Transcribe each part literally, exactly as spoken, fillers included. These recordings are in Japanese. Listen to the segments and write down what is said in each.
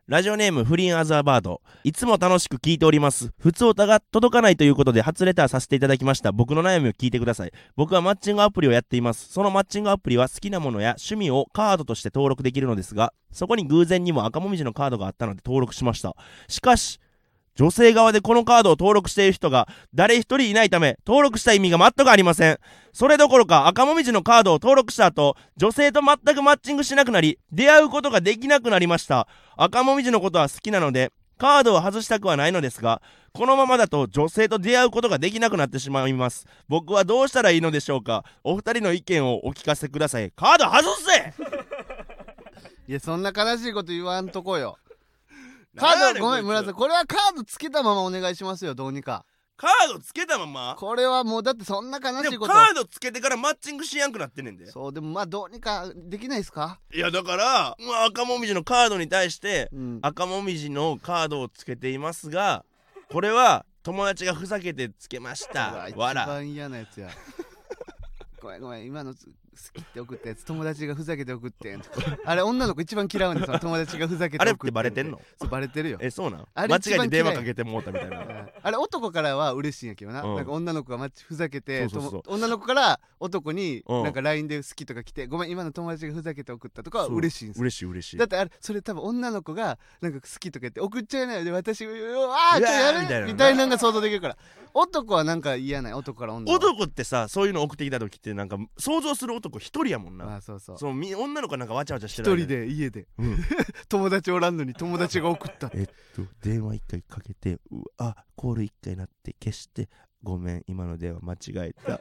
ラジオネームフリーンアザーバード。いつも楽しく聞いております。普通歌が届かないということで初レターさせていただきました。僕の悩みを聞いてください。僕はマッチングアプリをやっています。そのマッチングアプリは好きなものや趣味をカードとして登録できるのですが、そこに偶然にも赤もみじのカードがあったので登録しました。しかし女性側でこのカードを登録している人が誰一人いないため、登録した意味が全くありません。それどころか赤もみじのカードを登録した後、女性と全くマッチングしなくなり、出会うことができなくなりました。赤もみじのことは好きなのでカードを外したくはないのですが、このままだと女性と出会うことができなくなってしまいます。僕はどうしたらいいのでしょうか。お二人の意見をお聞かせください。カード外せいや、そんな悲しいこと言わんとこよ。カード、ごめん村田さん、これはカードつけたままお願いしますよ。どうにかカードつけたまま。 これはもうだってそんな悲しいこと。 でもカードつけてからマッチングしやんくなってんねんで。 そう、でもまあどうにかできないですか。 いやだから、まあ、赤もみじのカードに対して、 うん、 赤もみじのカードをつけていますが、これは友達がふざけてつけました。 わら一番嫌なやつやごめんごめん、今の好きって送ったやつ友達がふざけて送ってんあれ女の子一番嫌うんですよ、友達がふざけて送ってん。 あれってバレてんの。 そうバレてるよ。 え、そうなん。 あれ間違えて電話かけてもうたみたいなあれ男からは嬉しいんやけどな、 うん、 なんか女の子がマッチふざけて、 そうそうそう、 女の子から男にうん、 なんか ライン で好きとか来て、ごめん今の友達がふざけて送ったとかは嬉しいんですよ。 嬉しい嬉しい。 だってあれそれ多分女の子がなんか好きとか言って送っちゃいないよで、私ああちょっとやるみたいなのが想像できるから。男はなんか嫌ない、男から女は。 男ってさ、そういうの送ってきた時ってなんか想像する男一人やもんな。 あ、そうそう、 そう、女の子なんかわちゃわちゃしてる。 一人で家で、 うん、 友達おらんのに友達が送ったえっと電話一回かけて、うあコール一回なって消して、ごめん今の電話間違えた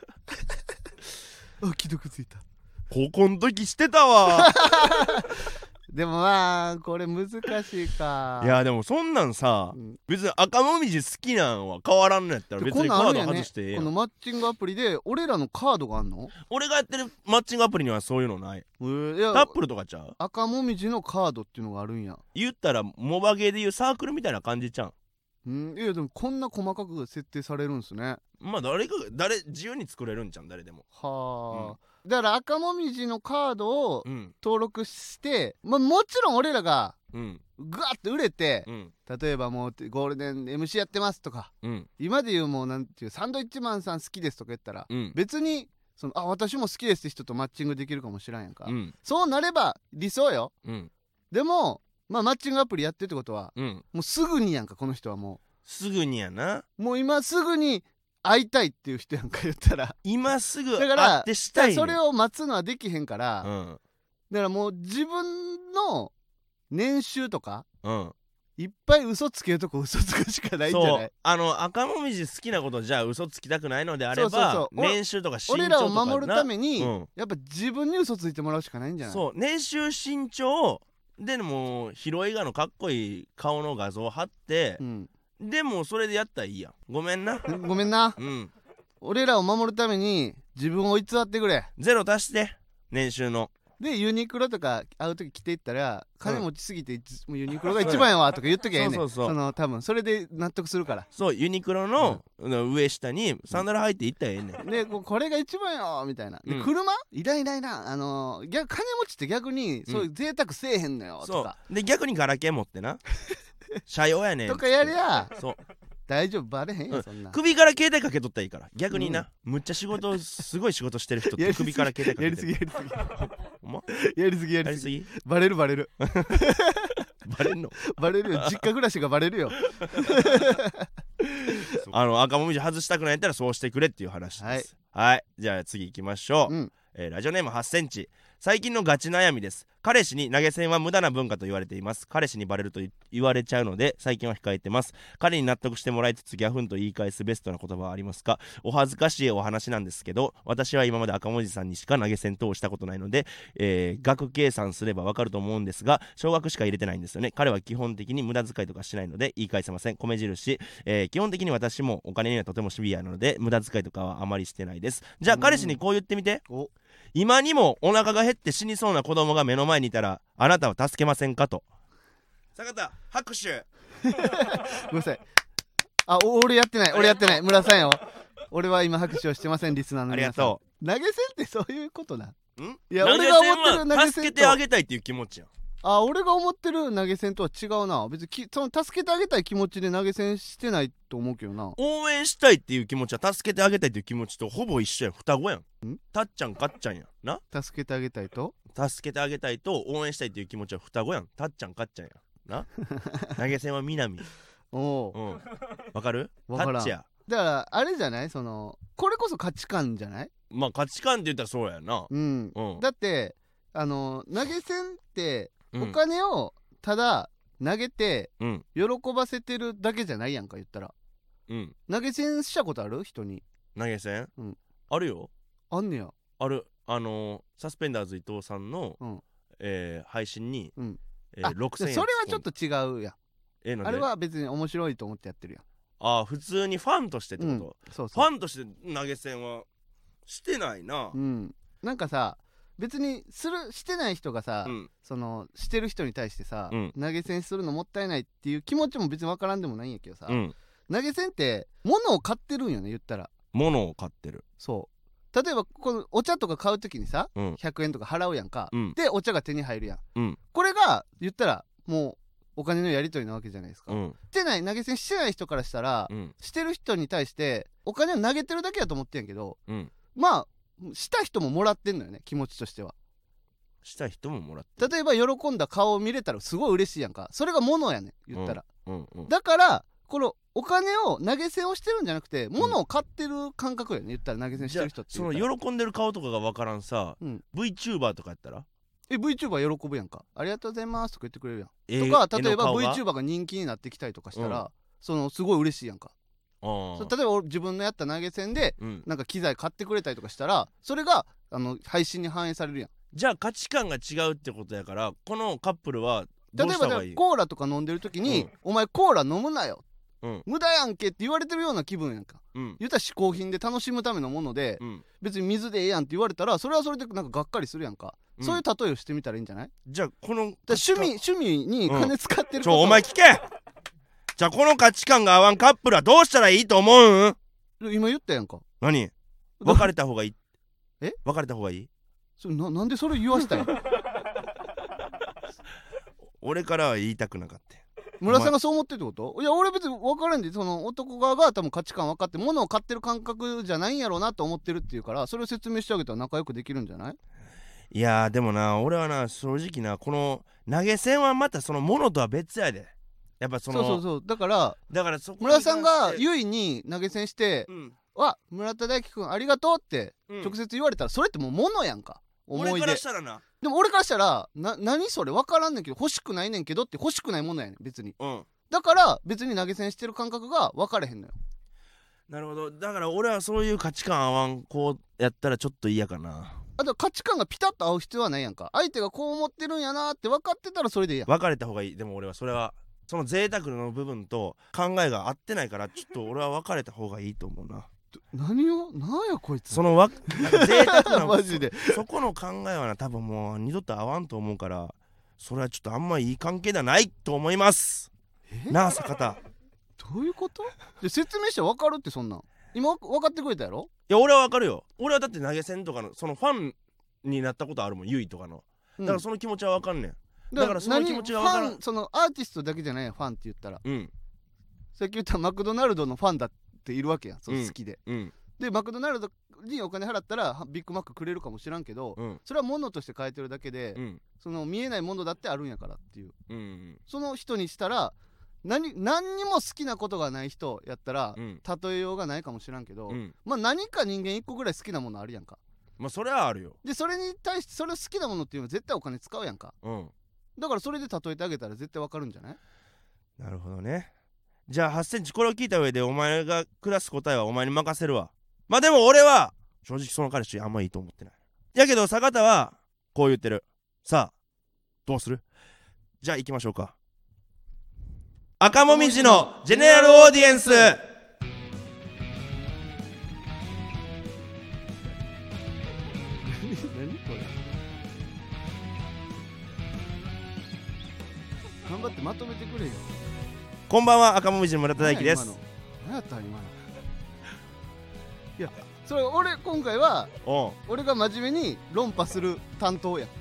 あ、既読ついた。 高校の時してたわでもまあこれ難しいか。 いやでもそんなんさ、うん、別に赤もみじ好きなんは変わらんのやったら別にカード外してええやん。 このマッチングアプリで俺らのカードがあんの。 俺がやってるマッチングアプリにはそういうのない。 えー、いやタップルとかちゃう。 赤もみじのカードっていうのがあるんや。 言ったらモバゲーでいうサークルみたいな感じちゃうん。いやでもこんな細かく設定されるんすね。 まあ誰か誰自由に作れるんじゃん誰でも。 はあ、うん、だから赤もみじのカードを登録して、うん、まあ、もちろん俺らがグワッと売れて、うん、例えばもうゴールデン エムシー やってますとか、うん、今で言うもうなんていうサンドイッチマンさん好きですとか言ったら、うん、別にそのあ私も好きですって人とマッチングできるかもしれんやんか、うん、そうなれば理想よ、うん、でもまあマッチングアプリやってるってことは、うん、もうすぐにやんかこの人は。もうすぐにやな。 もう今すぐに会いたいっていう人やんか言ったら今すぐ会ってしたい、ね、 だからそれを待つのはできへんから、うん、だからもう自分の年収とか、うん、いっぱい嘘つけるとこ嘘つくしかないんじゃない。そう、 あの赤もみじ好きなことじゃあ嘘つきたくないのであれば、そうそうそう、年収とか身長とか俺らを守るために、うん、やっぱ自分に嘘ついてもらうしかないんじゃない。 そう、年収身長でも広いがのかっこいい顔の画像を貼って、うん、でもそれでやったらいいやん。ごめんなごめんな、うん、俺らを守るために自分を偽ってくれ。 ゼロ足して年収のでユニクロとか会う時着ていったら金持ちすぎて、うん、ユニクロが一番やわとか言っときゃええねん。そうそうそう、その多分それで納得するから。そう、 ユニクロの、うん、上下にサンダル履いていったらええねん。 でこれが一番よみたいな。で、うん、車いらんいらんいらん、あのー、逆金持ちって逆にそういう贅沢せえへんのよ、うん、とか。 そうで逆にガラケー持ってな車用やねんとかやりゃそう大丈夫、バレへんよ、うん、そんな。 首から携帯かけとったらいいから。逆にな、うん、むっちゃ仕事すごい仕事してる人って首から携帯かけてる。 やりすぎやりすぎほんまやりすぎやりすぎバレるバレるバレんのバレるよ、実家暮らしがバレるよあの赤もみじ外したくないんやったらそうしてくれっていう話です。はい、はい、じゃあ次行きましょう、うん、えー、ラジオネームはちセンチ。最近のガチ悩みです。彼氏に投げ銭は無駄な文化と言われています。彼氏にバレると言われちゃうので最近は控えてます。彼に納得してもらいつつギャフンと言い返すベストな言葉はありますか？お恥ずかしいお話なんですけど、私は今まで赤文字さんにしか投げ銭等をしたことないので、えー、額計算すればわかると思うんですが、少額しか入れてないんですよね。彼は基本的に無駄遣いとかしないので言い返せません。米印、えー、基本的に私もお金にはとてもシビアなので無駄遣いとかはあまりしてないです。じゃあ彼氏にこう言ってみて。お今にもお腹が減って死にそうな子供が目の前にいたらあなたは助けませんかと。坂田拍手ごめんなさい。あ、俺やってない俺やってない村さんよ。俺は今拍手をしてません。リスナーの皆さん、ありがとう。投げ銭ってそういうことな。んいや俺が思ってる投げ銭と助けてあげたいっていう気持ちやん。 あ、俺が思ってる投げ銭とは違うな。別にきその助けてあげたい気持ちで投げ銭してないと思うけどな。 応援したいっていう気持ちは助けてあげたいっていう気持ちとほぼ一緒やん。双子やん。んたっちゃんかっちゃんやんな。 助けてあげたいと助けてあげたいと応援したいっていう気持ちは双子やん。たっちゃんかっちゃんやんな。投げ銭は南。 おお、 うん、わかる？ わからん。 タッチや。 だからあれじゃない、そのこれこそ価値観じゃない？ まあ価値観って言ったらそうやな。 うん、うん、だってあの投げ銭ってお金をただ投げて喜ばせてるだけじゃないやんか、言ったら。うん、投げ銭したことある？人に投げ銭、うん、あるよ。 あんねや。 ある。あのー、サスペンダーズ伊藤さんの、うんえー、配信に、うんえー、ろくせんえん。 それはちょっと違うやん。 えー、 あれは別に面白いと思ってやってるやん。 ああ、普通にファンとしてってこと、うん、そうそう。ファンとして投げ銭はしてないな。 うん、なんかさ、別にするしてない人がさ、うん、そのしてる人に対してさ、うん、投げ銭するのもったいないっていう気持ちも別に分からんでもないんやけどさ、うん、投げ銭って物を買ってるんよね、言ったら。 物を買ってる。 そう。例えばこのお茶とか買うときにさ、うん、ひゃくえんとか払うやんか、うん、でお茶が手に入るやん、うん、これが言ったらもうお金のやり取りなわけじゃないですか、うん、してない投げ銭してない人からしたら、うん、してる人に対してお金を投げてるだけだと思ってんやけど、うん、まあした人ももらってんのよね、気持ちとしては。 した人ももらってる。 例えば喜んだ顔を見れたらすごい嬉しいやんか。それが物やねん、言ったら、うんうんうん、だからこのお金を投げ銭をしてるんじゃなくて物を買ってる感覚よね、言ったら投げ銭してる人って。 その喜んでる顔とかが分からんさ、うん、VTuber とかやったらえ VTuber 喜ぶやんか。ありがとうございますとか言ってくれるやん、えー、とか例えば VTuber が人気になってきたりとかしたら、うん、そのすごい嬉しいやんか。そ例えば自分のやった投げ銭で、うん、なんか機材買ってくれたりとかしたらそれがあの配信に反映されるやん。 じゃあ価値観が違うってことやから、このカップルはどうした方がいい？ 例えばコーラとか飲んでる時に、うん、お前コーラ飲むなよ、うん、無駄やんけって言われてるような気分やんか、うん、言ったら嗜好品で楽しむためのもので、うん、別に水でええやんって言われたらそれはそれでなんかがっかりするやんか、うん、そういう例えをしてみたらいいんじゃない？ じゃあこの趣味趣味に金使ってること、 うん、ちょお前聞けじゃあこの価値観が合わんカップルはどうしたらいいと思うん？ 今言ったやんか。 何？別れた方がいい？え？別れた方がいい？ そな, なんでそれ言わしたんや俺からは言いたくなかった。 村さんがそう思ってるってこと？いや俺別に分からんで、その男側が多分価値観分かって物を買ってる感覚じゃないんやろうなと思ってるっていうから、それを説明してあげたら仲良くできるんじゃない？ いやーでもな、俺はな正直な、この投げ銭はまたその物とは別やで。やっぱそのそうそうそう、だからだからそこ村さんがゆいに投げ銭して、うん、わ村田大樹くんありがとうって直接言われたら、それってもう物やんか。思い出。 俺からしたらな。 でも俺からしたらな何それ分からんねんけど欲しくないねんけどって欲しくないものやねん別に、うん、だから別に投げ銭してる感覚が分かれへんのよ。 なるほど。だから俺はそういう価値観合わんこうやったらちょっと嫌かな。 あと価値観がピタッと合う必要はないやんか。相手がこう思ってるんやなって分かってたらそれでいいやん。 別れた方がいい。でも俺はそれはその贅沢の部分と考えが合ってないから、ちょっと俺は別れた方がいいと思うな。 何をなんやこいつ。 そのわなんか贅沢なマジでそ, そこの考えはな多分もう二度と合わんと思うから、それはちょっとあんまいい関係ではないと思いますなあ坂田。 どういうことで説明して分かるって？そんなん今分かってくれたやろ？ いや俺は分かるよ。俺はだって投げ銭とかのそのファンになったことあるもん、ゆいとかの。だからその気持ちは分かんねん、うん、だからその気持ちが分からん。 ファン、そのアーティストだけじゃないやんファンって言ったら、うん、さっき言ったマクドナルドのファンだっているわけやん、その好きで、うんうん、でマクドナルドにお金払ったらビッグマックくれるかもしらんけど、うん、それは物として変えてるだけで、うん、その見えないものだってあるんやからっていう、うんうん、その人にしたら何, 何にも好きなことがない人やったら、うん、例えようがないかもしらんけど、うん、まあ何か人間一個ぐらい好きなものあるやんか。 まあそれはあるよ。 でそれに対してそれ好きなものっていうのは絶対お金使うやんか、うん、だからそれで例えてあげたら絶対わかるんじゃない？ なるほどね。じゃあはちセンチこれを聞いた上でお前が下す答えはお前に任せるわ。まあでも俺は正直その彼氏あんまいいと思ってない。やけど坂田はこう言ってる。さあどうする？じゃあ行きましょうか。赤もみじのジェネラルオーディエンス。 何これ頑張ってまとめてくれよ。 こんばんは、赤もみじの村田大樹です。 何やった今のいやそれ俺今回は俺が真面目に論破する担当や。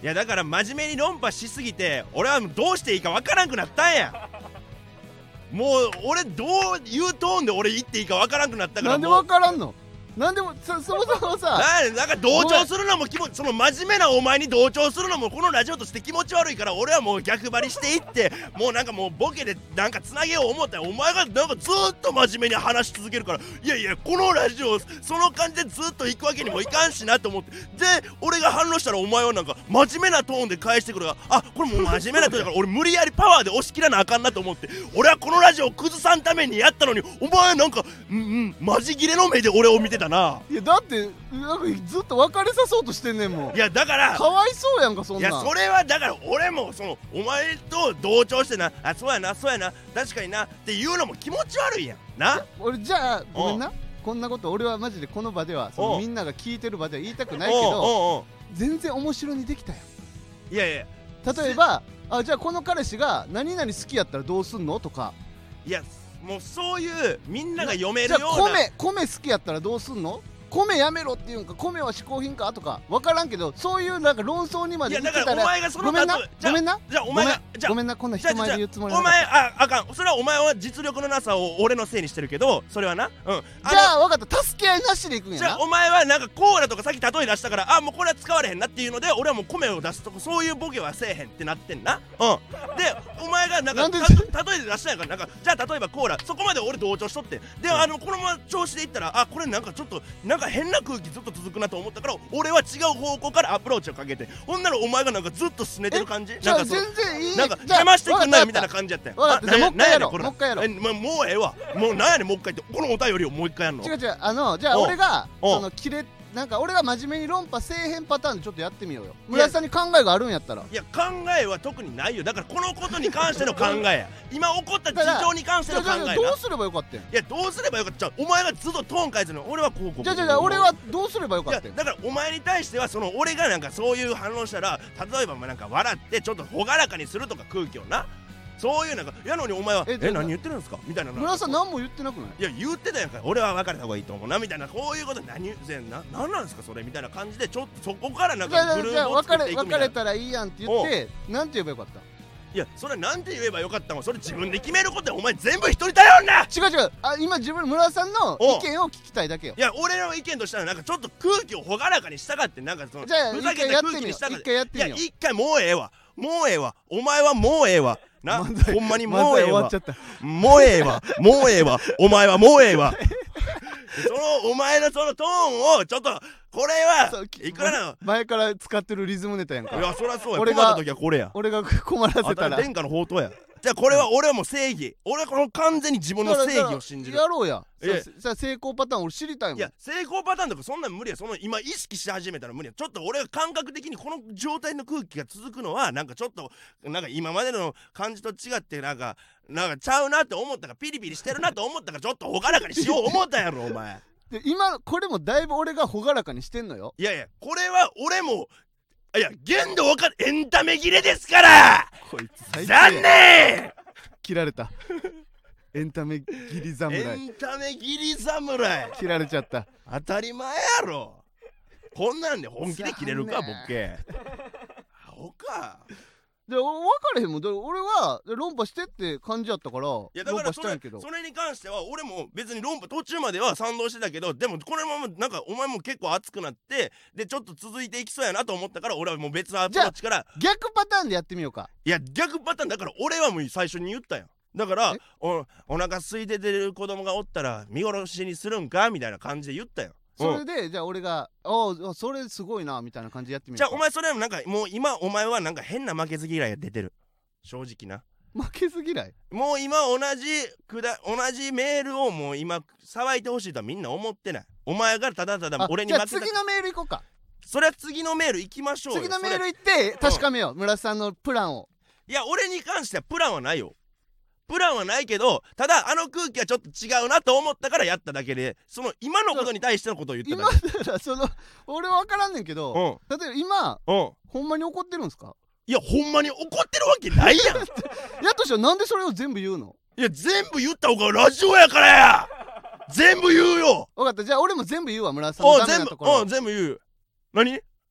いやだから真面目に論破しすぎて俺はどうしていいかわからんくなったんやもう俺どういうトーンで俺言っていいかわからんくなったから。 なんでわからんの？なんでも そ, そもそもさななんか同調するのも気持ちその真面目なお前に同調するのもこのラジオとして気持ち悪いから俺はもう逆張りしていってもうなんかもうボケでなんかつなげよう思ったらお前がなんかずっと真面目に話し続けるからいやいやこのラジオその感じでずっと行くわけにもいかんしなと思ってで俺が反応したらお前はなんか真面目なトーンで返してくるからあこれもう真面目なトーンだから俺無理やりパワーで押し切らなあかんなと思って俺はこのラジオを崩さんためにやったのにお前なんかうんうんマジ切れの目で俺を見てたな。 いやだってなんかずっと別れさそうとしてんねんもん。 いやだからかわいそうやんかそんなん。 いやそれはだから俺もそのお前と同調してなあそうやなそうやな確かになっていうのも気持ち悪いやんな。 俺じゃあごめんなこんなこと俺はマジでこの場ではそのみんなが聞いてる場では言いたくないけど全然面白にできたよ。 いやいや例えばあじゃあこの彼氏が何々好きやったらどうすんのとかいやもうそういうみんなが読めるようなじゃあ米米好きやったらどうすんの米やめろっていうんか米は嗜好品かとか分からんけどそういうなんか論争にまで言ってたらごめんなごめんなじゃあお前がじゃごめんなこんな人前で言うつもりなお前ああかんそれはお前は実力のなさを俺のせいにしてるけどそれはなうんじゃあ分かった助け合いなしでいくんやな。 じゃあお前はなんかコーラとかさっき例え出したからあもうこれは使われへんなっていうので俺はもう米を出すとこそういうボケはせえへんってなってんな。うんでお前がなんか例えで出したんやからなんかじゃあ例えばコーラそこまで俺同調しとってであのこのまま調子でいったらあこれなんかちょっとなんか変な空気ずっと続くなと思ったから俺は違う方向からアプローチをかけてほんならお前がなんかずっとすねてる感じなんか全然いいなんか邪魔してくんないみたいな感じやったよ。 分かったじゃあもう一回やろうもう一回やろうもうええわもうなんやねんもう一回ってこのお便りをもう一回やんの。 違う違うあのじゃあ俺がそのキレなんか俺が真面目に論破せえへんパターンでちょっとやってみようよ。村田さんに考えがあるんやったら。 いや考えは特にないよ。だからこのことに関しての考えや今起こった事情に関しての考えな。 どうすればよかったん。いやどうすればよかったお前がずっとトーン変えてるの俺はこうこうじゃじゃじゃ俺はどうすればよかったん。 だからお前に対してはその俺がなんかそういう反応したら例えばなんか笑ってちょっと朗らかにするとか空気をなそういうなんかやのにお前はえ何言ってるんですかみたいな。 村田さん何も言ってなくない。 いや言ってたやんか俺は別れた方がいいと思うなみたいなこういうこと何言ってんな何なんですかそれみたいな感じでちょっとそこからなんかグループを作っていくみたいな。 別れたらいいやんって言ってなんて言えばよかった。 いやそれなんて言えばよかったのそれ自分で決めることやお前全部一人頼んな。 違う違うあ今自分村田さんの意見を聞きたいだけよ。 いや俺の意見としたらなんかちょっと空気を朗らかにしたがってなんかそのじゃあふざけた空気にしたがって一回やってみよう。 いや一回もうええわもうええわお前はもうええわなほんまにもうええわもうええわもうええわお前はもうええわそのお前のそのトーンをちょっとこれはいくらなの前から使ってるリズムネタやんか。 いやそりゃそうや困った時はこれや俺が困らせたら天下の宝刀や。じゃあこれは俺はもう正義俺はこの完全に自分の正義を信じる。 やろうやさあ成功パターン俺知りたいもん。 いや成功パターンとかそんなん無理やその今意識し始めたら無理や。ちょっと俺が感覚的にこの状態の空気が続くのはなんかちょっとなんか今までの感じと違ってなんかなんかちゃうなって思ったからピリピリしてるなと思ったからちょっと朗らかにしよう思ったやろお前で今これもだいぶ俺が朗らかにしてんのよ。 いやいやこれは俺もいや限度分かるエンタメ切れですからこいつ最残念切られたエンタメギリ侍エンタメギリ侍切られちゃった。 当たり前やろこんなんで本気で切れるかボケアホかで分かれへんもんだ俺は論破してって感じやったからいやだからそれそれに関しては俺も別に論破途中までは賛同してたけどでもこれもなんかお前も結構熱くなってでちょっと続いていきそうやなと思ったから俺はもう別のアプローチから逆パターンでやってみようか。 いや逆パターンだから俺はもう最初に言ったやん。だからおお腹空いててる子供がおったら見殺しにするんかみたいな感じで言ったよ。 それで、うん、じゃあ俺が「あそれすごいな」みたいな感じでやってみる。 じゃあお前それもなんかもう今お前はなんか変な負けず嫌いが出てる正直な負けず嫌いもう今同じくだ同じメールをもう今騒いでほしいとはみんな思ってない。お前がただただ俺に負けた。 じゃあ次のメール行こうか。 それは次のメール行きましょうよ。 次のメール行って確かめよう、うん、村瀬さんのプランを。 いや俺に関してはプランはないよ。プランはないけどただあの空気はちょっと違うなと思ったからやっただけでその今のことに対してのことを言っただけ。 今だからその俺は分からんねんけど、うん、例えば今、うん、ほんまに怒ってるんすか。 いやほんまに怒ってるわけないやんやとしたらなんでそれを全部言うの。 いや全部言った方がラジオやからや全部言うよ。 分かったじゃあ俺も全部言うわ村田さんのダメなところ。 全部、うん、全部言うよ。何え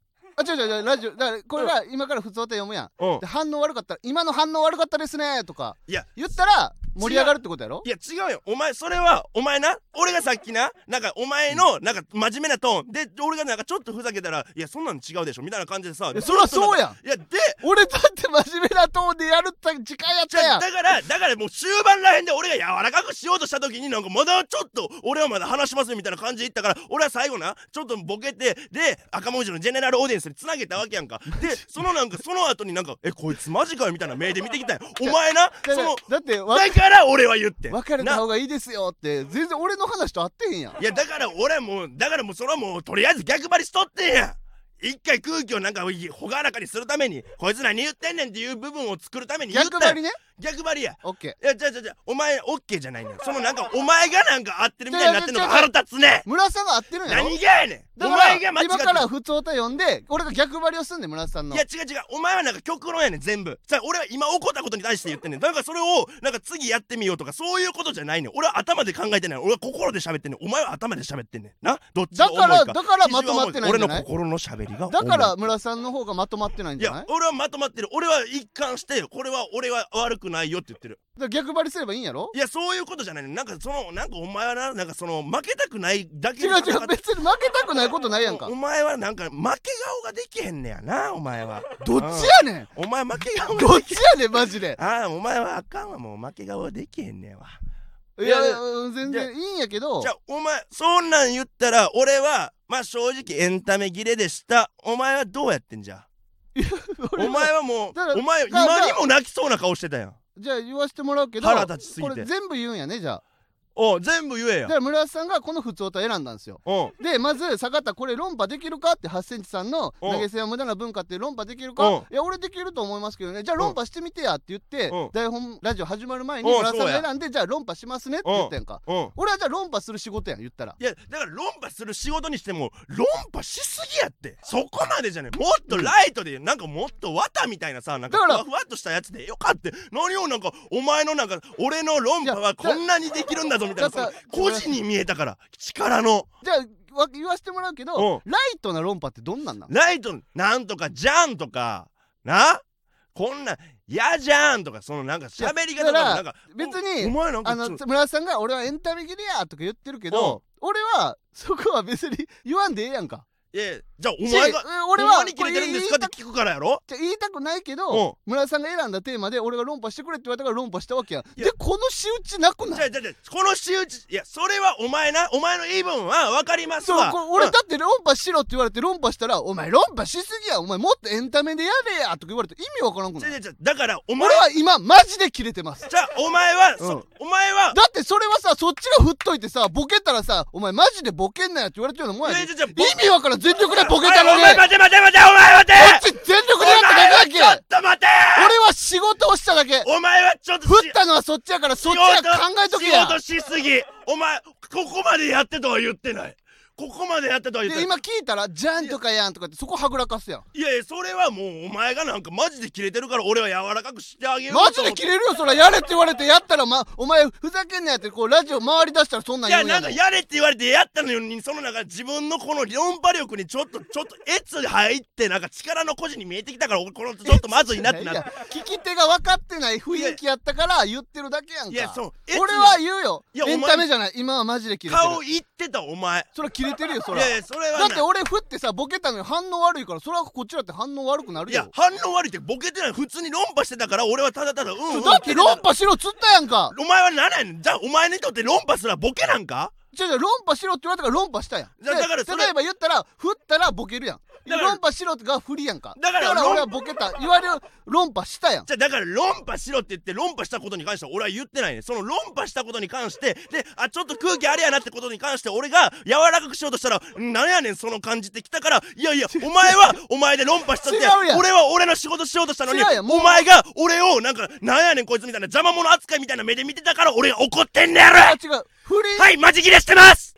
あ違う違う違うラジオだからこれが今から普通歌読むやん、うん、で反応悪かったら今の反応悪かったですねとかいや言ったら盛り上がるってことやろ。 いや違うよお前それはお前な俺がさっきななんかお前のなんか真面目なトーンで俺がなんかちょっとふざけたらいやそんなの違うでしょみたいな感じでさそりゃそうやん。 いやで俺だって真面目なトーンでやるって時間やったやん。 だからだからもう終盤らへんで俺が柔らかくしようとした時になんかまだちょっと俺はまだ話しますみたいな感じで言ったから俺は最後なちょっとボケてで赤文字のジェネラルオーディエンスにつなげたわけやんか。でそのなんかその後になんかえこいつマジかよみたいな目で見てきたんやお前なそのだってだから俺は言って別れた方がいいですよって全然俺の話と合ってへんやん。 いやだから俺もうだからもうそれはもうとりあえず逆張りしとってんや。一回空気をなんかほがらかにするためにこいつ何言ってんねんっていう部分を作るために言った逆張りね。 逆張りや。 オッケー。いやじゃじゃじゃお前オッケーじゃないねん。そのなんかお前がなんか合ってるみたいになってんのが腹立つね。 村さんが合ってるんやろ。 何がやねん。お前が間違ってる。 今から普通歌読んで俺が逆張りをすんねん村さんの。 いや違う違うお前はなんか極論やねん全部。さ俺は今起こったことに対して言ってんねん。だからそれをなんか次やってみようとかそういうことじゃないねん。俺は頭で考えてない。俺は心で喋ってんねん。お前は頭で喋ってんねんな。どっちが重いか。 だからだからまとまってないんじゃない。 俺の心の喋りがだから村さんの方がまとまってないんじゃない。いや俺はまとまってる。俺は一貫してこれは俺は悪くないよって言ってる。 だから逆張りすればいいんやろ。 いやそういうことじゃないねん。なんかそのなんかお前はななんかその負けたくないだけ違う違う別に負けたくないことないやんか。 お前はなんか負け顔ができへんねやなお前は。 どっちやねん。 お前負け顔どっちやねんマジで。 ああお前はあかんわもう負け顔できへんねやわ。 いや全然いいんやけど。 じゃあお前そんなん言ったら俺はまあ正直エンタメ切れでした。お前はどうやってんじゃお前はもうお前今にも泣きそうな顔してたやん。 じゃあ言わせてもらうけど腹立ちすぎてこれ全部言うんやね。じゃあお全部言えや。 だから村田さんがこの普通歌選んだんですよ。でまず坂田これ論破できるかってはちセンチさんの投げ銭は無駄な文化って論破できるか。いや俺できると思いますけどね。じゃあ論破してみてやって言って台本ラジオ始まる前に村田さんが選んでじゃあ論破しますねって言ったやんか。俺はじゃあ論破する仕事やん言ったら。 いやだから論破する仕事にしても論破しすぎやってそこまでじゃねもっとライトでなんかもっと綿みたいなさなんかふわふわっとしたやつでよかって何をなんかお前のなんか俺の論破はこんなにできるんだぞみたいなさ個人に見えたから力の。 じゃあ言わせてもらうけどライトな論破ってどんなんなん。 ライトなんとかじゃんとかなこんなやじゃんとかそのなんか喋り方とかなんか別にお前なんかあの村田さんが俺はエンタメ切れやとか言ってるけど俺はそこは別に言わんでええやんか。 いやじゃあお前が俺は何切れてるんですかって聞くからやろ。 じゃ言いたくないけど村田さんが選んだテーマで俺が論破してくれって言われたから論破したわけやん。でこの仕打ちなくない。 じゃじゃじゃこの仕打ちいやそれはお前なお前の言い分は分かりますわ。 そう俺だって論破しろって言われて論破したらお前論破しすぎやお前もっとエンタメでやれやとか言われて意味わからんくない。 じゃじゃだからお前俺は今マジでキレてます。 じゃあお前はお前はだってそれはさそっちが振っといてさボケたらさお前マジでボケんなよって言われてるようなもんやで。意味わからん全力でボケたのに。 お前待て待て待てお前待てこっち全力でやっただけだっけ。 ちょっと待て俺は仕事をしただけ。 お前はちょっと振ったのはそっちやからそっちは考えとけや。 仕事しすぎお前ここまでやってとは言ってない。ここまでやってとは言ってない。 今聞いたらじゃんとかやんとかってそこはぐらかすやん。 いやいやそれはもうお前がなんかマジでキレてるから俺は柔らかくしてあげよう。 マジでキレるよそらやれって言われてやったらまお前ふざけんなやってこうラジオ回り出したらそんなん言うんやもん。 いやなんかやれって言われてやったのにそのなんか自分のこの論破力にちょっとちょっとエツ入ってなんか力の孤児に見えてきたから俺このちょっとまずいなってなって聞き手が分かってない雰囲気やったから言ってるだけやんか。 いやそう俺は言うよエンタメじゃない今はマジでキレてる。 顔言ってたお前それキレてるよそら。 いやいやそれはだって俺振ってさボケたのに反応悪いからそれはこっちだって反応悪くなるよ。 いや反応悪いってボケてない普通に論破してたから俺はただただうんうん。 だって論破しろっつったやんか。 お前は何やねん。じゃあお前にとって論破すらボケなんか。 じゃじゃ論破しろって言われたから論破したやん。 だからそれ例えば言ったら振ったらボケるやん。論破しろが振りやんか。 だから俺はボケた言われる論破したやん。 じゃだから論破しろって言って論破したことに関しては俺は言ってないね。その論破したことに関してであちょっと空気あれやなってことに関して俺が柔らかくしようとしたらなんやねんその感じってきたからいやいやお前はお前で論破したって俺は俺の仕事しようとしたのにお前が俺をなんかなんやねんこいつみたいな邪魔者扱いみたいな目で見てたから俺が怒ってんねやろ。 違う振りはいマジ切れしてます。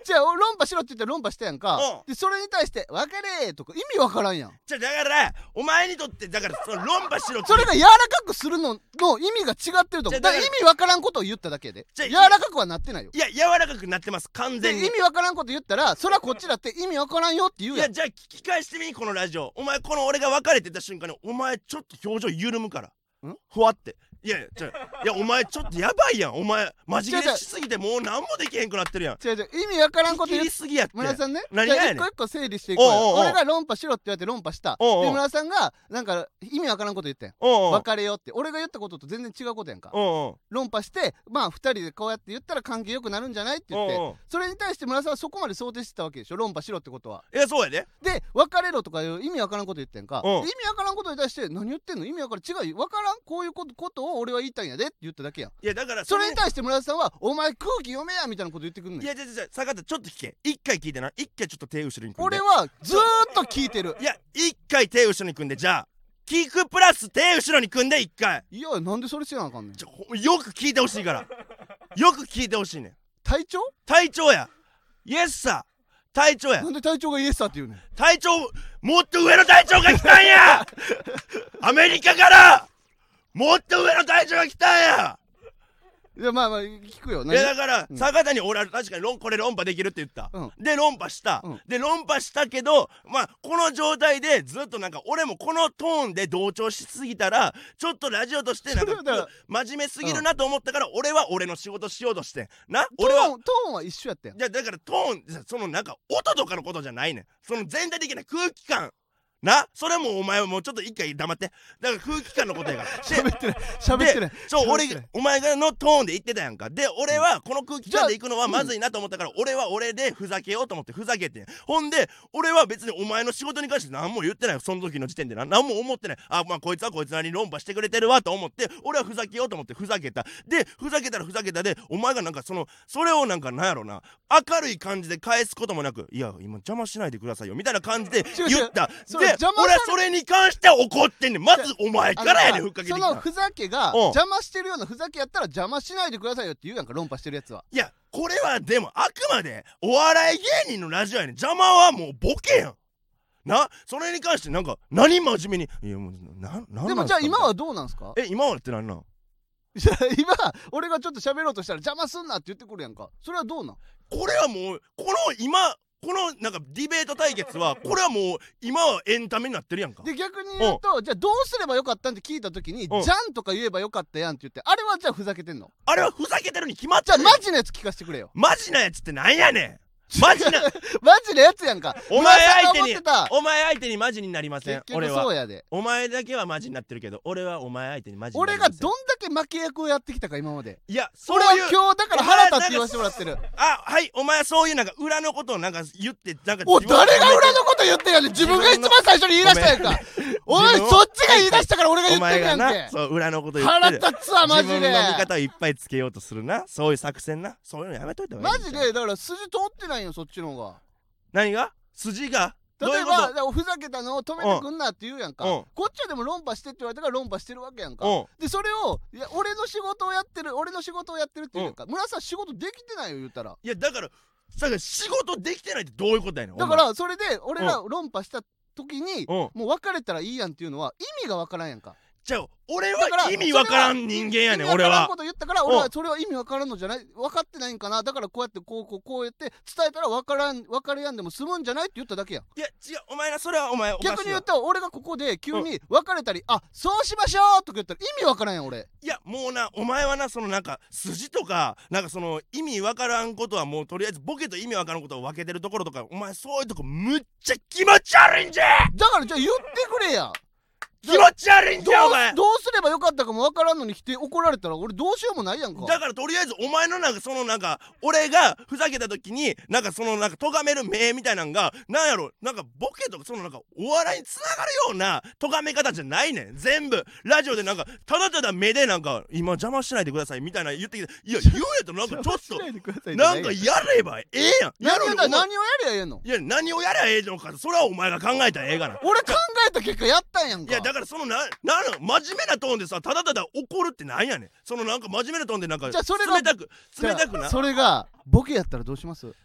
じゃあ論破しろって言ったら論破したやんか、うん、でそれに対して分かれとか意味わからんやん。 じゃあだからお前にとってだからその論破しろってそれが柔らかくするのの意味が違ってると思う。だから意味わからんことを言っただけで柔らかくはなってないよ。 いや柔らかくなってます完全に。 意味わからんこと言ったらそれはこっちだって意味わからんよって言うやん。 いやじゃあ聞き返してみこのラジオ。お前この俺が別れてた瞬間にお前ちょっと表情緩むからんふわって。いやいや、いやお前ちょっとやばいやん。お前真面目しすぎてもう何もできへんくなってるやん。 違う違う意味わからんこと言いすぎやって。 村さんね、 何がやねん。 一個一個整理していこうよ。おうおうおう俺が論破しろって言われて論破した。おうおうで村さんがなんか意味わからんこと言ってん。おうおう別れよって。俺が言ったことと全然違うことやんか。おうおう論破してまあふたりでこうやって言ったら関係良くなるんじゃないって言って、おうおうそれに対して村さんはそこまで想定してたわけでしょ。論破しろってことは。 いやそうやで。 で別れろとかいう意味わからんこと言ってんか。意味わからんことに対して何言ってんの意味わからん違うわからんこういうことことを俺は言いたいんやでって言っただけやん。 いやだからそれに対して村田さんはお前空気読めやみたいなこと言ってくんねん。 いやいやいや坂田ちょっと聞け。一回聞いてな。一回ちょっと手後ろに組んで。 俺はずーっと聞いてる。 いや一回手後ろに組んで。じゃあ聞くプラス手後ろに組んで一回。 いやなんでそれしなあかんねん。 ちょよく聞いてほしいからよく聞いてほしいねん。 隊長隊長や。イエスさ隊長や。 なんで隊長がイエスさって言うねん。 隊長もっと上の隊長が来たんやアメリカからもっと上の隊長が来たんや。 いやまあまあ聞くよ。 いやだから、うん、坂田に俺は確かに論これ論破できるって言った、うん、で論破した、うん、で論破したけどまあこの状態でずっとなんか俺もこのトーンで同調しすぎたらちょっとラジオとしてなんか真面目すぎるなと思ったから、俺は俺の仕事しようとしてな。俺はトーンは一緒やったよ。 いやだからトーンそのなんか音とかのことじゃないねん。その全体的な空気感な。それもお前はもうちょっと一回黙って。だから空気感のことやから喋ってない喋ってない。 そう俺お前がのトーンで言ってたやんか。で俺はこの空気感で行くのはまずいなと思ったから、俺は俺でふざけようと思ってふざけて、ほんで俺は別にお前の仕事に関して何も言ってないよ。その時の時点でな何も思ってない。あまあこいつはこいつなりに論破してくれてるわと思って俺はふざけようと思ってふざけた。でふざけたらふざけたでお前がなんかそのそれをなんかなんやろな明るい感じで返すこともなく、いや今邪魔しないでくださいよみたいな感じで言った。で俺はそれに関しては怒ってんねん。まずお前からやねん。ふっかけてきたそのふざけが邪魔してるようなふざけやったら邪魔しないでくださいよって言うやんか論破してるやつは。 いやこれはでもあくまでお笑い芸人のラジオやねん。邪魔はもうボケやんな。それに関してなんか何真面目にいやもうななんでもじゃあ今はどうなんすか。 え今はってなんなんじゃあ今俺がちょっと喋ろうとしたら邪魔すんなって言ってくるやんか。それはどうなん。 これはもうこの今このなんかディベート対決はこれはもう今はエンタメになってるやんか。 で逆に言うとじゃあどうすればよかったんって聞いた時にじゃんとか言えばよかったやんって言ってあれはじゃあふざけてんの。 あれはふざけてるに決まっちゃう。 じゃあマジなやつ聞かせてくれよ。 マジなやつってなんやねん。マジなマジなやつやんか。 お前相手にお前相手にマジになりません。俺はそうやで。 お前だけはマジになってるけど俺はお前相手にマジになりません。 俺がどんだけ負け役をやってきたか今まで。 いやそういう俺は今日だから腹立って言わせてもらってる。 あはいお前はそういうなんか裏のことをなんか言ってなんかお誰が裏のこと言ってんやねん。自分が一番最初に言い出したやんか。お前そっちが言い出したから俺が言ってんやんけ。 そう裏のこと言ってる。 腹立つわマジで。 自分の味方をいっぱいつけようとするな。そういう作戦な。そういうのやめといた方がいい。 マジでだから筋通ってないよそっちの方が。 何が筋が例えばふざけたのを止めてくんなって言うやんか、うん、こっちはでも論破してって言われたから論破してるわけやんか、うん、でそれをいや俺の仕事をやってる俺の仕事をやってるって言うやんか、うん、村さん仕事できてないよ言ったら。 いやだからさ仕事できてないってどういうことやねん。 だからそれで俺が論破した時に、うん、もう別れたらいいやんっていうのは意味がわからんやんか。 じゃあ俺は意味わからん人間やねん。俺は意味わからんこと言ったから俺はそれは意味わからんのじゃない分かってないんかな。だからこうやってこうこうこうやって伝えたら分からん分かりやんでも済むんじゃないって言っただけやん。 いや違うお前なそれはお前おかしいわ。 逆に言うと俺がここで急に別れたり、うん、あそうしましょうとか言ったら意味わからんやん俺。 いやもうなお前はなそのなんか筋とかなんかその意味わからんことはもうとりあえずボケと意味わからんことを分けてるところとかお前そういうとこむっちゃ気持ち悪いんじゃ。 だからじゃあ言ってくれや。 気持ち悪いんじゃお前。 どうすればよかったかもわからんのに来て怒られたら俺どうしようもないやんか。 だからとりあえずお前のなんかそのなんか俺がふざけた時になんかそのなんか咎める目みたいなんがなんやろなんかボケとかそのなんかお笑いにつながるような咎め方じゃないねん。全部ラジオでなんかただただ目でなんか今邪魔しないでくださいみたいな言ってきていや言うやとなんかちょっとなんかやればええやん。 何を何をやりゃええの。 いや何をやりゃええのかそれはお前が考えたらええがな。 俺考えた結果やったんやんか。 いやだからそのなな真面目なトーンでさただただ怒るってなんやねん。そのなんか真面目なトーンでなんかじゃあそれが冷たく冷たくな。 それがボケやったらどうします。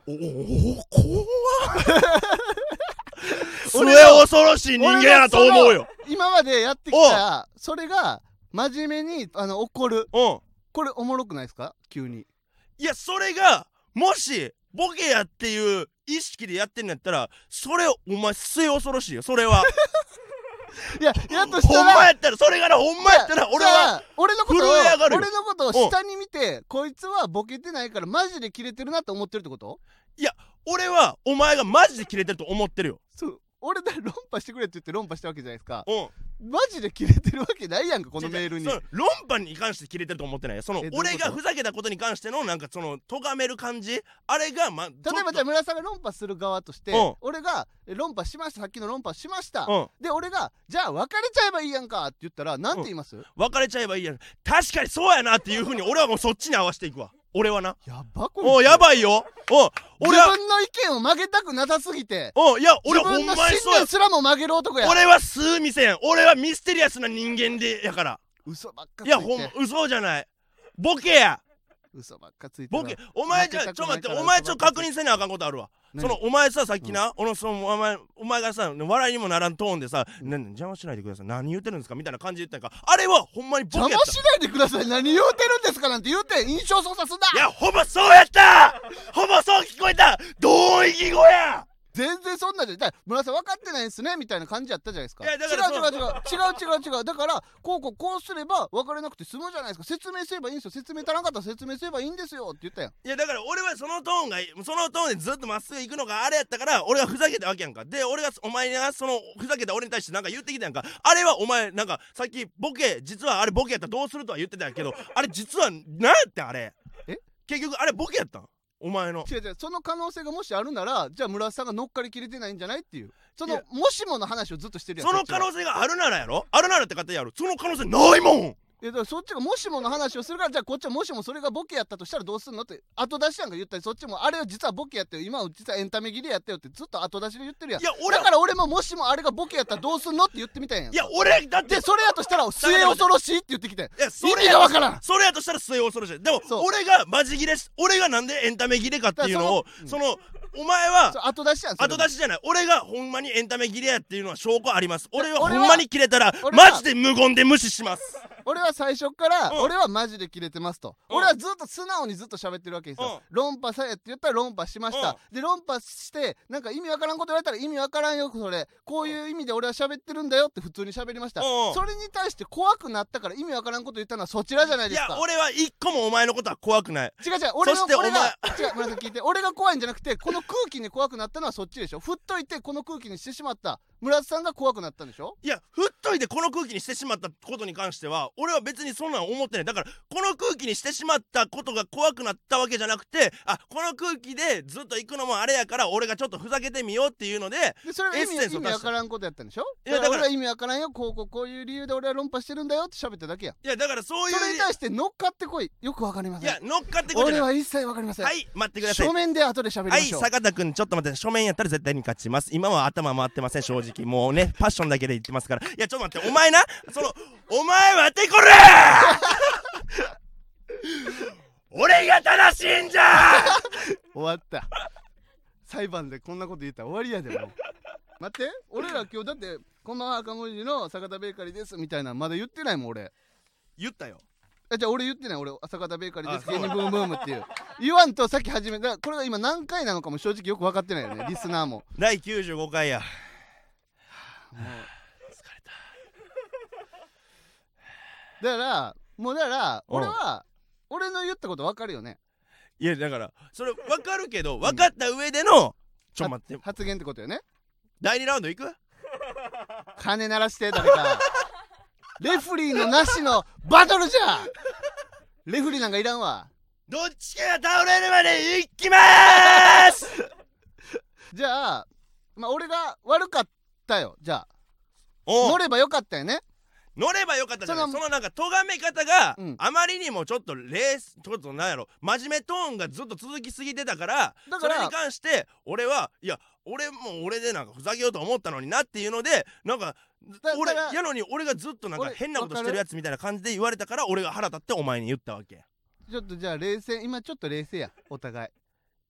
おお怖っ末恐ろしい人間やと思うよ。 今までやってきたそれが真面目にあの怒る、これおもろくないですか急に。 いやそれがもしボケやっていう意識でやってんのやったらそれお前末恐ろしいよそれは。 いややっとしたらほんまやったらそれがなほんまやったら俺は俺のことを俺のことを下に見てこいつはボケてないからマジでキレてるなと思ってるってこと？ いや俺はお前がマジでキレてると思ってるよ。 そう俺だ論破してくれって言って論破したわけじゃないですか。 うんマジでキレてるわけないやんかこのメールに。 その論破に関してキレてると思ってないよ。その俺がふざけたことに関してのなんかその咎める感じあれがま例えばじゃあ村さんが論破する側として、うん、俺が論破しましたさっきの論破しました、うん、で俺がじゃあ別れちゃえばいいやんかって言ったらなんて言います？うん、 別れちゃえばいいやん確かにそうやなっていうふうに俺はもうそっちに合わせていくわ。俺はなやばこおやばいよ。お俺自分の意見を曲げたくなさすぎておいや俺ほんまにそう自分の信念すらも曲げる男や。 俺は数未せん俺はミステリアスな人間でやから嘘ばっかついて。 いやほん嘘じゃないボケや嘘ばっかついてボケお前じゃちょっと待ってお前ちょっと確認せなあかんことあるわ。そのお前ささっきな、うん、俺そのお前お前がさ笑いにもならんトーンでさ、うん、邪魔しないでください何言ってるんですかみたいな感じで言ったんかあれはほんまにボケやった。 邪魔しないでください何言うてるんですかなんて言うて印象操作すんだ。 いやほぼそうやったほぼそう聞こえた同意義語や。 全然そんなじゃだ村さん分かってないんすねみたいな感じやったじゃないですか。 いやだから違う違う違う違う違う違うだからこうこうこうすれば別れなくて済むじゃないですか。説明すればいいんですよ。説明足らんかったら説明すればいいんですよって言ったやん。 いやだから俺はそのトーンがそのトーンでずっとまっすぐ行くのがあれやったから俺がふざけたわけやんか。で俺がお前がそのふざけた俺に対してなんか言ってきたやんか。あれはお前なんかさっきボケ実はあれボケやったらどうするとは言ってたんやけどあれ実は何やってあれえ結局あれボケやったんお前の。 違う違うその可能性がもしあるならじゃあ村田さんが乗っかりきれてないんじゃないっていうそのもしもの話をずっとしてるやん。 その可能性があるならやろあるならって方やろその可能性ないもん。 いやだからそっちがもしもの話をするからじゃあこっちはもしもそれがボケやったとしたらどうすんのって後出しやんか言ったりそっちもあれは実はボケやってよ今は実はエンタメ切れやったよってずっと後出しで言ってるやん。いや俺だから俺ももしもあれがボケやったらどうすんのって言ってみたんやん。 いや俺だってそれやとしたら末恐ろしいって言ってきて。 いやそれ意味がわからん。 それやとしたら末恐ろしい。でも俺がマジ切れし俺がなんでエンタメ切れかっていうのをそのお前は後出しやん。 後出しじゃない俺がほんまにエンタメ切れやっていうのは証拠あります。俺はほんまに切れたらマジで無言で無視します。 俺は最初から、うん、俺はマジでキレてますと、うん、俺はずっと素直にずっと喋ってるわけですよ、うん、論破さえって言ったら論破しました、うん、で論破してなんか意味わからんこと言われたら意味わからんよそれこういう意味で俺は喋ってるんだよって普通に喋りました、うん、それに対して怖くなったから意味わからんこと言ったのはそちらじゃないですか。 いや俺は一個もお前のことは怖くない。 違う違う俺の俺が違う村さん聞いて俺が怖いんじゃなくてこの空気に怖くなったのはそっちでしょ。振っといてこの空気にしてしまった村田さんが怖くなったんでしょ。 いや振っといてこの空気にしてしまったことに関しては俺は別にそんな思ってない。だからこの空気にしてしまったことが怖くなったわけじゃなくてあこの空気でずっと行くのもあれやから俺がちょっとふざけてみようっていうのででそれは意味意味わからんことやったんでしょ。いやだから俺は意味わからんよこうこうこういう理由で俺は論破してるんだよって喋っただけや。 いやだからそういうそれに対して乗っかってこいよくわかりません。 いや乗っかってこい俺は一切わかりません。 はい待ってください。 書面で後で喋りましょう。 はい坂田くんちょっと待って書面やったら絶対に勝ちます。今は頭回ってません正直もうねパッションだけで言ってますから。いやちょっと待ってお前なそのお前待ってこれ俺が正しいんじゃ終わった裁判でこんなこと言ったら終わりやでもう待って俺ら今日だってこんばんは赤文字の坂田ベーカリーですみたいなまだ言ってないもん俺。 言ったよ。 えじゃあ俺言ってない俺坂田ベーカリーです芸人ブームブームっていう言わんとさっき始めたこれが今何回なのかも正直よく分かってないよねリスナーも。 だいきゅうじゅうごかいやもう疲れた。だからもうだから俺は俺の言ったこと分かるよね。 いやだからそれ分かるけど分かった上での、うん、ちょ待って発言ってことよね。 だいにラウンドいく金鳴らして誰かレフリーのなしのバトルじゃレフリーなんかいらんわ。 どっちかが倒れるまでいきまーすじゃあまあ俺が悪かったよ。じゃあ乗ればよかったよね。 乗ればよかったじゃない。そのなんか咎め方が、うん、あまりにもちょっとレースちょっとなんやろ真面目トーンがずっと続きすぎてたからだからそれに関して俺はいや俺も俺でなんかふざけようと思ったのになっていうのでなんか俺やのに俺がずっとなんか変なことしてるやつみたいな感じで言われたから俺が腹立ってお前に言ったわけ。 ちょっとじゃあ冷静今ちょっと冷静やお互い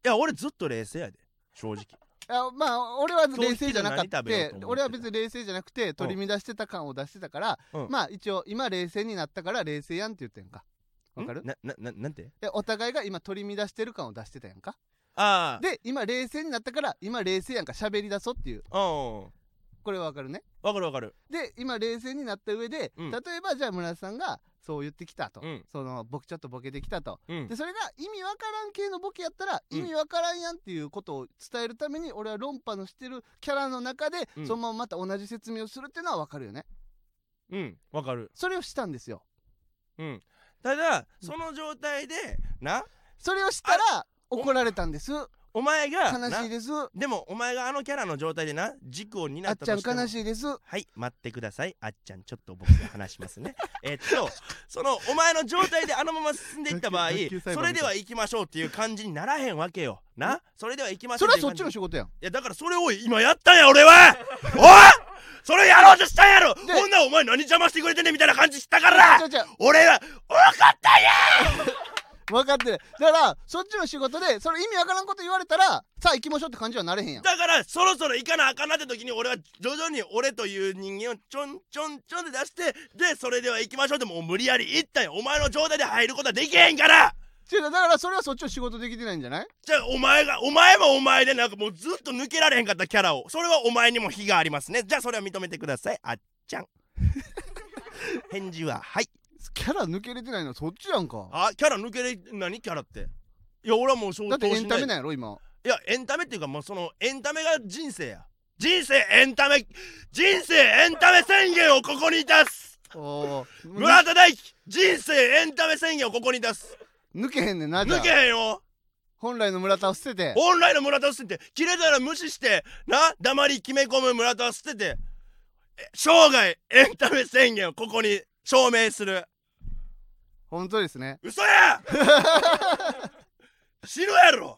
や俺ずっと冷静やで正直。 あまあ俺は冷静じゃなかったて俺は別に冷静じゃなくて取り乱してた感を出してたから、うん、まあ一応今冷静になったから冷静やんって言ってんか。わかる？ な、な、な、なんて？ お互いが今取り乱してる感を出してたやんか。 ああ。 で今冷静になったから今冷静やんか喋り出そうっていう。これはわかるね。 わかるわかる。 で今冷静になった上で、うん、例えばじゃあ村田さんがそう言ってきたと、うん、その僕ちょっとボケてきたと、うん、でそれが意味わからん系のボケやったら、うん、意味わからんやんっていうことを伝えるために俺は論破のしてるキャラの中で、うん、そのまままた同じ説明をするっていうのはわかるよね。 うんわかる。 それをしたんですよ。 うんただその状態でなそれをしたら怒られたんです。 お前が悲しいです。 でもお前があのキャラの状態でな軸を担ったとしてもあっちゃん悲しいです。 はい待ってくださいあっちゃんちょっと僕が話しますねえっとそのお前の状態であのまま進んでいった場合それでは行きましょうっていう感じにならへんわけよな。それでは行きましょうそれはそっちの仕事やん。いやだからそれを今やったんや俺はおいそれやろうとしたんやろ。ほんならお前何邪魔してくれてんねんみたいな感じしたから俺は分かったんや分かってる。だからそっちの仕事でそれ意味わからんこと言われたらさあ行きましょうって感じはなれへんやん。 だからそろそろ行かなあかんなって時に俺は徐々に俺という人間をちょんちょんちょんで出してでそれでは行きましょうってもう無理やり行ったんや。お前の状態で入ることはできへんから。 違うだからそれはそっちの仕事できてないんじゃない？ じゃあお前がお前もお前でなんかもうずっと抜けられへんかったキャラをそれはお前にも非がありますね。じゃあそれは認めてくださいあっちゃん返事ははい。 キャラ抜けれてないのそっちやんか。 あキャラ抜けれ何キャラっていや俺はもうそうだってエンタメなんやろ今。 いやエンタメっていうかもうそのエンタメが人生や。人生エンタメ人生エンタメ宣言をここに出す。お村田大樹人生エンタメ宣言をここに出す。 抜けへんねんな。 抜けへんよ。 本来の村田を捨てて本来の村田を捨てて切れたら無視してな黙り決め込む村田を捨てて生涯エンタメ宣言をここに証明する。 本当ですね。 嘘や死ぬやろ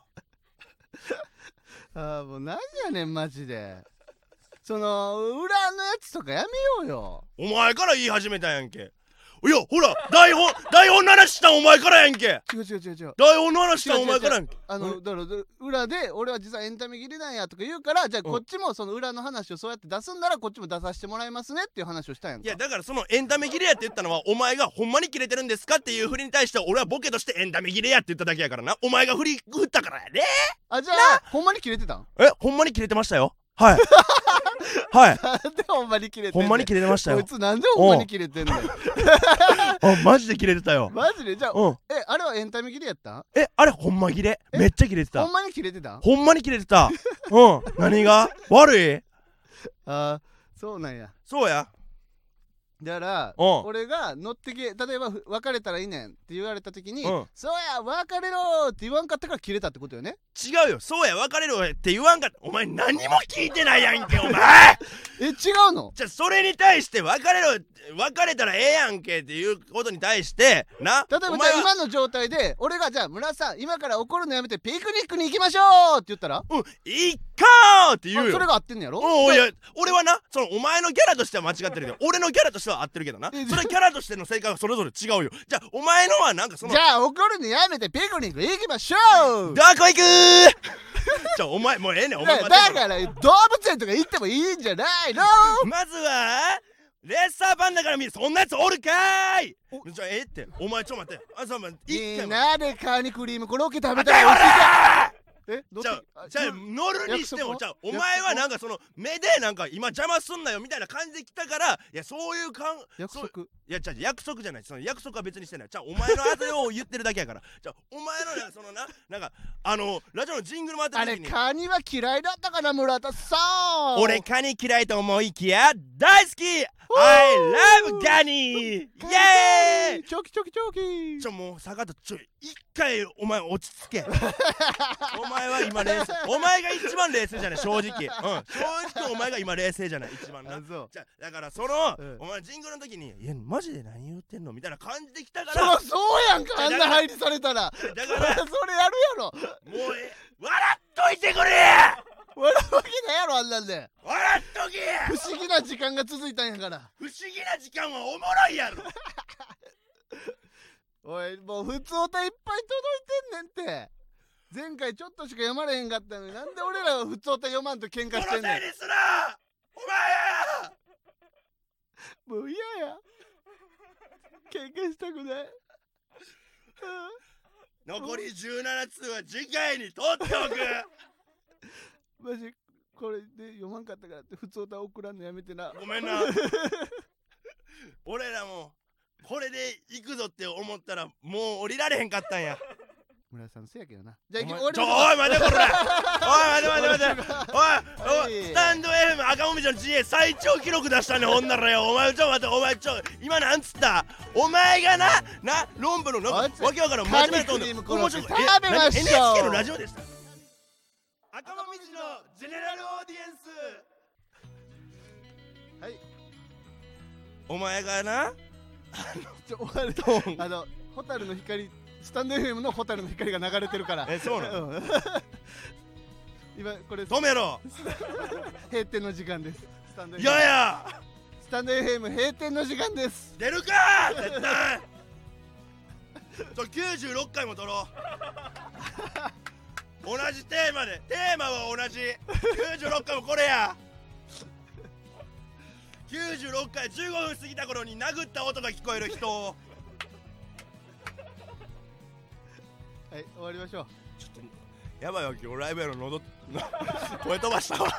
ああもう何やねんマジで。その裏のやつとかやめようよ。 お前から言い始めたやんけ。いやほら台本台本の話したんお前からやんけ。 違う違う違う違う台本の話したんお前からやんけ。 あのだから裏で俺は実はエンタメ切れなんやとか言うからじゃあこっちもその裏の話をそうやって出すんならこっちも出させてもらいますねっていう話をしたやんか。 いやだからそのエンタメ切れやって言ったのはお前がほんまに切れてるんですかっていう振りに対して俺はボケとしてエンタメ切れやって言っただけやからな。お前が振り振ったからやで。 あじゃあほんまに切れてたん？ えほんまに切れてましたよ。はいはいなんでほんまに切れてんの？ ほんまに切れてましたよ。 こいつなんでほんまに切れてんのよあマジで切れてたよ。 マジでじゃあ、うん、えあれはエンタメ切れやった？ えあれほんま切れめっちゃ切れてた。 ほんまに切れてた？ ほんまに切れてたうん何が悪い？ あそうなんや。 そうやだから俺が乗ってけ例えば別れたらいいねんって言われた時に、うん、そうや別れろって言わんかったから切れたってことよね。 違うよそうや別れろって言わんかったお前何も聞いてないやんけお前え違うの？ じゃあそれに対して別れろ別れたらええやんけっていうことに対してな例えばじゃあ今の状態で俺がじゃあ村さん今から怒るのやめてピクニックに行きましょうって言ったらうん行こうって言うよ。 それが合ってんのやろ。 おいや俺はなそのお前のキャラとしては間違ってるけど俺のキャラとしては合ってるけどなそれキャラとしての正解はそれぞれ違うよ。じゃあお前のはなんかそのじゃあ怒るのやめてピクニック行きましょう。 どこ行くじゃあお前もうええねんお前だから動物園とか行ってもいいんじゃないのまずはレッサーパンダから見るそんなやつおるかーい。じゃあええってお前ちょっと待ってあそうまみんなでカニクリームコロッケ食べたらえじゃあじゃあ乗るにしてもじゃあお前はなんかその目でなんか今邪魔すんなよみたいな感じで来たからいやそういうかん約束いやじゃあ約束じゃないその約束は別にしてないじゃあお前のあれを言ってるだけやからじゃあお前のなんかそのななんかあのラジオのジングル回ってる時にあれカニは嫌いだったかな村田さん。 俺カニ嫌いと思いきや大好き I love カニイエーイチョキチョキチョキちょもう坂田ちょ一回お前落ち着けお前は今冷静お前が一番冷静じゃない正直うん正直お前が今冷静じゃない一番なじゃだからその、うん、お前ジングルの時にいやマジで何言ってんのみたいな感じで来たからそうそうやんかあんな入りされたらだからそれやるやろもうえ笑っといてくれや笑うわけないやろあんなんで笑っとけや不思議な時間が続いたんやから不思議な時間はおもろいやろおいもう普通歌いっぱい届いてんねんって前回ちょっとしか読まれへんかったのに、なんで俺らは普通歌読まんと喧嘩してんねん。 このせいにすなお前やもう嫌や。喧嘩したくない。 残りじゅうななつうは次回に取っておくマジこれで読まんかったからって普通歌送らんのやめてな。 ごめんな俺らもこれで行くぞって思ったらもう降りられへんかったんや。 村さんせやけどな。じゃあお前終わりちょおい待てこれおい待て待て待ておいおいはいスタンド エフエム 赤もみじの ジーエー 最長記録出したねほんならよ。お前ちょ待てお前ちょ今なんつった？お前がなな論文のなんかわけわからん真面目なトーンで面白い。 食べましょう。 エヌエイチケー のラジオでした。赤もみじのジェネラルオーディエンス。 はい。 お前がなちょ終わるあの蛍の光、スタンド エフエム の蛍の光が流れてるから。 えそうなの今これ止めろ閉店の時間です。スタンド エフエムいややスタンド エフエム 閉店の時間です。 出るか絶対ちょきゅうじゅうろっかいも撮ろう同じテーマでテーマは同じきゅうじゅうろっかいもこれやきゅうじゅうろっかいじゅうごふん過ぎた頃に殴った音が聞こえる人をはい終わりましょう。 ちょっとやばいわ今日ライブやの喉声飛ばしたわ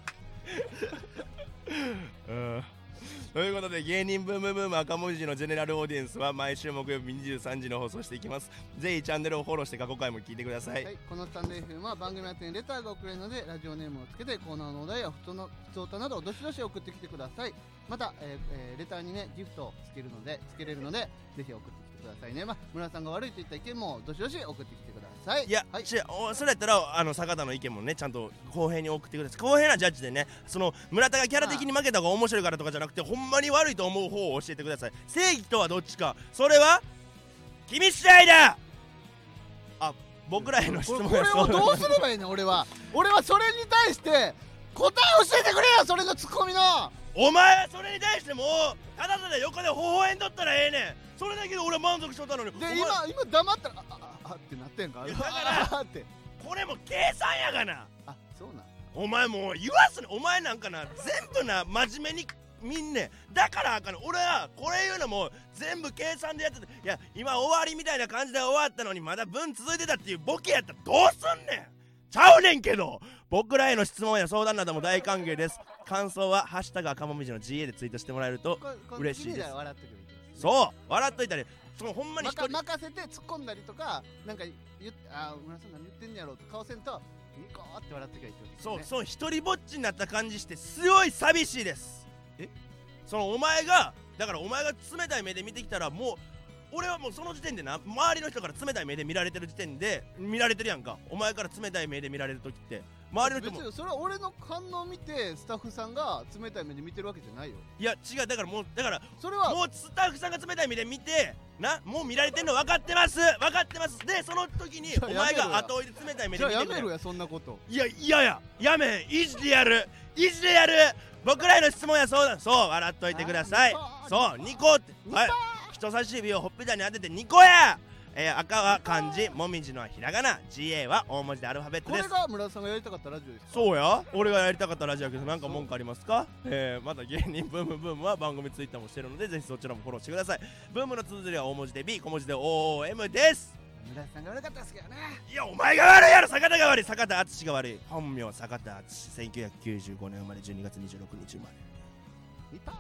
うんということで芸人ブームブーム赤もみじのジェネラルオーディエンスは毎週木曜日にじゅうさんじに放送していきます。ぜひチャンネルをフォローして過去回も聞いてください、 はい、このスタンド エフエム は番組宛てにレターが送れるのでラジオネームをつけてコーナーのお題や普通の普通歌などをどしどし送ってきてください。また、えーえーレターにねギフトをつけるのでつけれるのでぜひ送ってきてくださいね。まあ村さんが悪いといった意見もどしどし送ってきてください。 いや、 はい、 ちおそれやったらあの坂田の意見もねちゃんと公平に送ってください。公平なジャッジでね、その村田がキャラ的に負けた方が面白いからとかじゃなくてほんまに悪いと思う方を教えてください。正義とはどっちか、それは君次第だ。あ、僕らへの質問これをどうすればいいの俺は俺はそれに対して答え教えてくれよ。それのツッコミのお前はそれに対してもうただただ横で微笑んどったらええねん。それだけで俺は満足しとったのに。 で今今黙ったらあああってなってんか。 だからあってこれも計算やがな。 あそうなん。 お前もう言わすね。お前なんかな全部な真面目に見んねん。だからあかんの。俺はこれ言うのも全部計算でやってて、いや今終わりみたいな感じで終わったのにまだ文続いてたっていうボケやったらどうすんねん。ちゃうねんけど。僕らへの質問や相談なども大歓迎です。感想はハッシュタグ赤もみじの ジーエー でツイートしてもらえると嬉しいです。 笑ってくれる、ね、 そう笑っといたりそのほんまに一人任せて突っ込んだりとかなんか言ってあ村さん何言ってんやろうって顔せんとニコーって笑ってくれる、ね、 そうそう一人ぼっちになった感じしてすごい寂しいです。えそのお前がだからお前が冷たい目で見てきたらもう俺はもうその時点でな周りの人から冷たい目で見られてる時点で見られてるやんか。お前から冷たい目で見られる時って周りの人も別にそれは俺の反応を見てスタッフさんが冷たい目で見てるわけじゃないよ。 いや違うだからもうだからそれはもうスタッフさんが冷たい目で見てなもう見られてんの分かってます分かってます。でその時にお前が後追いで冷たい目で見てる。 じゃあやめろやそんなこと。 いやいやややめん意地でやる意地でやる。僕らへの質問や相談そう笑っといてください。そうニコってはい人差し指をほっぺたに当ててニコや。えー、赤は漢字もみじのはひらがな ジーエー は大文字でアルファベットです。 これが村田さんがやりたかったラジオですか。 そうや俺がやりたかったラジオやけどなんか文句ありますか。えー、また芸人ブームブームは番組ツイッターもしてるのでぜひそちらもフォローしてください。ブームの綴りは大文字で B 小文字で オーエム です。 村田さんが悪かったですけどね。 いやお前が悪いやろ。坂田が悪い。坂田敦が悪い。本名坂田敦せんきゅうひゃくきゅうじゅうごねん生まれじゅうにがつにじゅうろくにち生まれ。 ニパー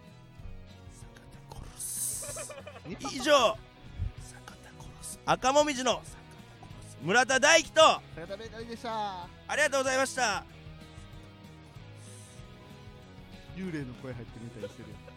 坂田殺す以上坂田殺す赤もみじの坂田殺す村田大樹と坂田ベーカリーでした。 ありがとうございました。 幽霊の声入ってみたりしてる。